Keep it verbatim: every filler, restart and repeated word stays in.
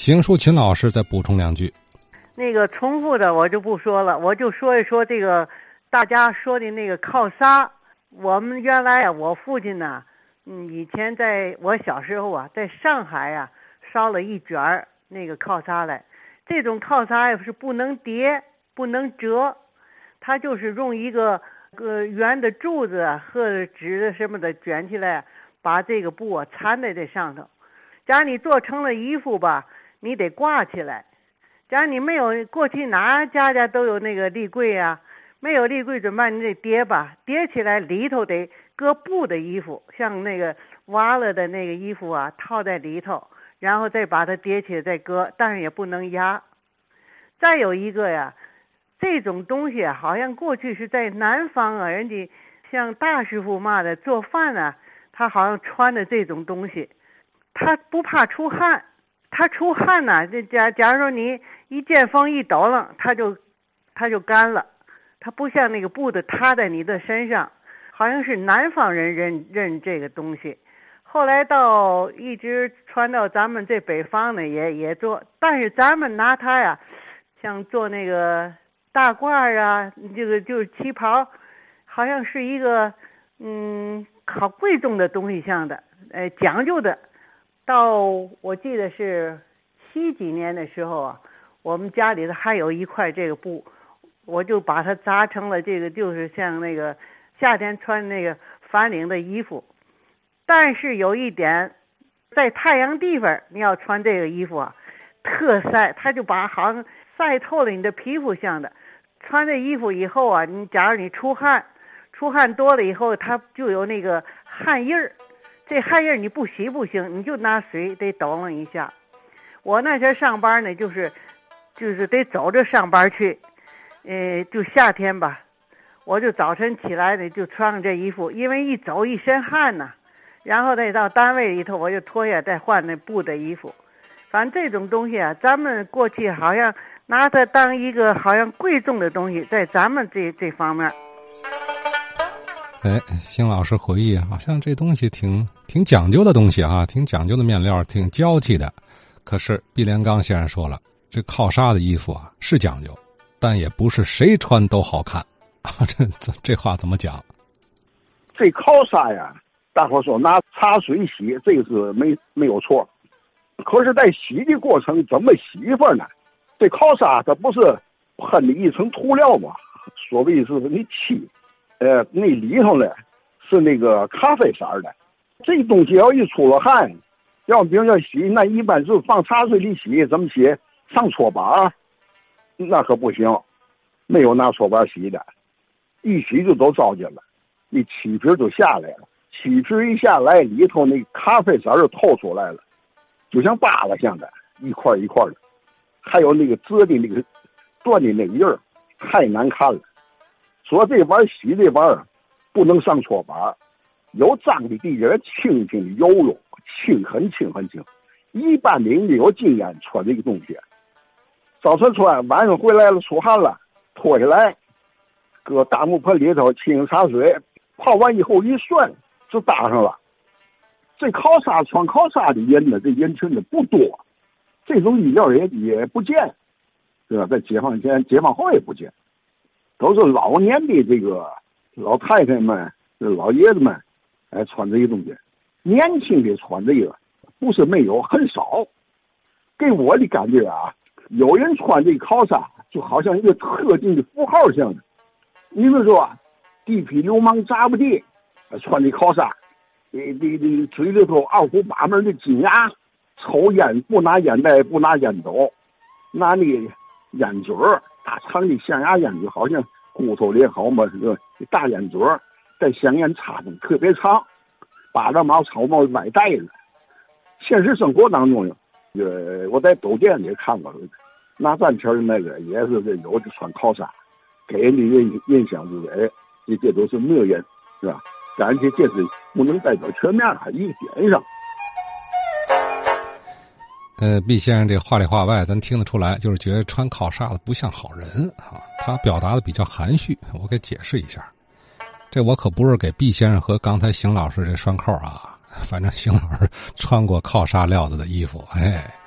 邢淑琴老师再补充两句。 那个重复的我就不说了，我就说一说这个大家说的那个靠沙。我们原来啊，我父亲呢，嗯，以前在我小时候啊，在上海啊烧了一卷儿那个靠沙来。这种靠沙呀是不能叠、不能折，它就是用一个个圆的柱子啊和纸什么的卷起来，把这个布啊缠在这上头。假如你做成了衣服吧，你得挂起来。假如你没有，过去哪家家都有那个立柜啊，没有立柜怎么办？你得叠吧，叠起来里头得搁布的衣服，像那个挖了的那个衣服啊，套在里头，然后再把它叠起来再搁，但是也不能压。再有一个呀，这种东西啊，好像过去是在南方啊，人家像大师傅嘛的做饭啊，他好像穿的这种东西，他不怕出汗。它出汗呢，这假假如说你一见风一抖了，它就它就干了，它不像那个布的塌在你的身上，好像是南方人认认这个东西。后来到一直传到咱们这北方呢，也也做，但是咱们拿它呀，像做那个大褂啊，这个就是旗袍，好像是一个嗯好贵重的东西像的，呃讲究的。到我记得是七几年的时候啊，我们家里头还有一块这个布，我就把它扎成了这个，就是像那个夏天穿那个翻领的衣服。但是有一点，在太阳地方你要穿这个衣服啊，特晒，它就把好像晒透了你的皮肤像的。穿这衣服以后啊，你假如你出汗，出汗多了以后，它就有那个汗印儿。这汗印你不洗不行，你就拿水得抖楞一下。我那时候上班呢，就是就是得走着上班去，呃，就夏天吧，我就早晨起来呢就穿上这衣服，因为一走一身汗呐，然后再到单位里头我就脱下再换那布的衣服。反正这种东西啊，咱们过去好像拿它当一个好像贵重的东西，在咱们这这方面。 哎，邢老师回忆，好像这东西挺挺讲究的东西啊，挺讲究的面料，挺娇气的。可是毕连刚先生说了，这靠纱的衣服啊是讲究，但也不是谁穿都好看啊。这这这话怎么讲？ 这靠纱呀，大伙说拿茶水洗，这个是没没有错。可是，在洗的过程怎么洗法呢？这靠纱它不是喷的一层涂料吗？所谓是你漆。呃，那里头呢是那个咖啡色的，这东西要一出了汗，要比如说洗，那一般是放茶水里洗，怎么洗？上搓板，那可不行，没有拿搓板洗的，一洗就都糟践了，你漆皮就下来了，漆皮一下来，里头那咖啡色就透出来了，就像疤了像的，一块一块的，还有那个折的那个断的那个印儿，太难看了。说这玩意儿洗这玩意儿不能上搓板，有脏的地方轻轻的揉揉，轻很轻很轻。一般的人有经验穿这个东西，早晨穿，晚上回来了出汗了，脱下来，搁大木盆里头清茶水，泡完以后一涮就搭上了。这靠纱穿靠纱的人呢，这人群呢不多，这种衣料也也不见，对吧？在解放前、解放后也不见。都是老年的这个老太太们、老爷子们，哎，穿这些东西。年轻的穿这个不是没有，很少。给我的感觉啊，有人穿这靠纱，就好像一个特定的符号像的。你们说，地痞流氓扎不地，穿的靠纱，这这这嘴里头二虎八门的金牙，抽烟不拿烟袋，不拿烟斗，拿那个烟嘴儿。大长的象牙烟嘴，好像骨头里好嘛，这个大烟嘴在香烟插上特别长，巴掌毛草帽外带了。现实生活当中，呃，我在酒店里看过，拿站前的那个也是这有的穿靠纱，给人的印印象就是哎，这这都是名人，是吧？但是这是不能代表全面啊，一个点上。 呃，毕先生这话里话外，咱听得出来，就是觉得穿靠纱的不像好人啊。他表达的比较含蓄，我给解释一下。这我可不是给毕先生和刚才邢老师这拴扣啊，反正邢老师穿过靠纱料子的衣服，哎。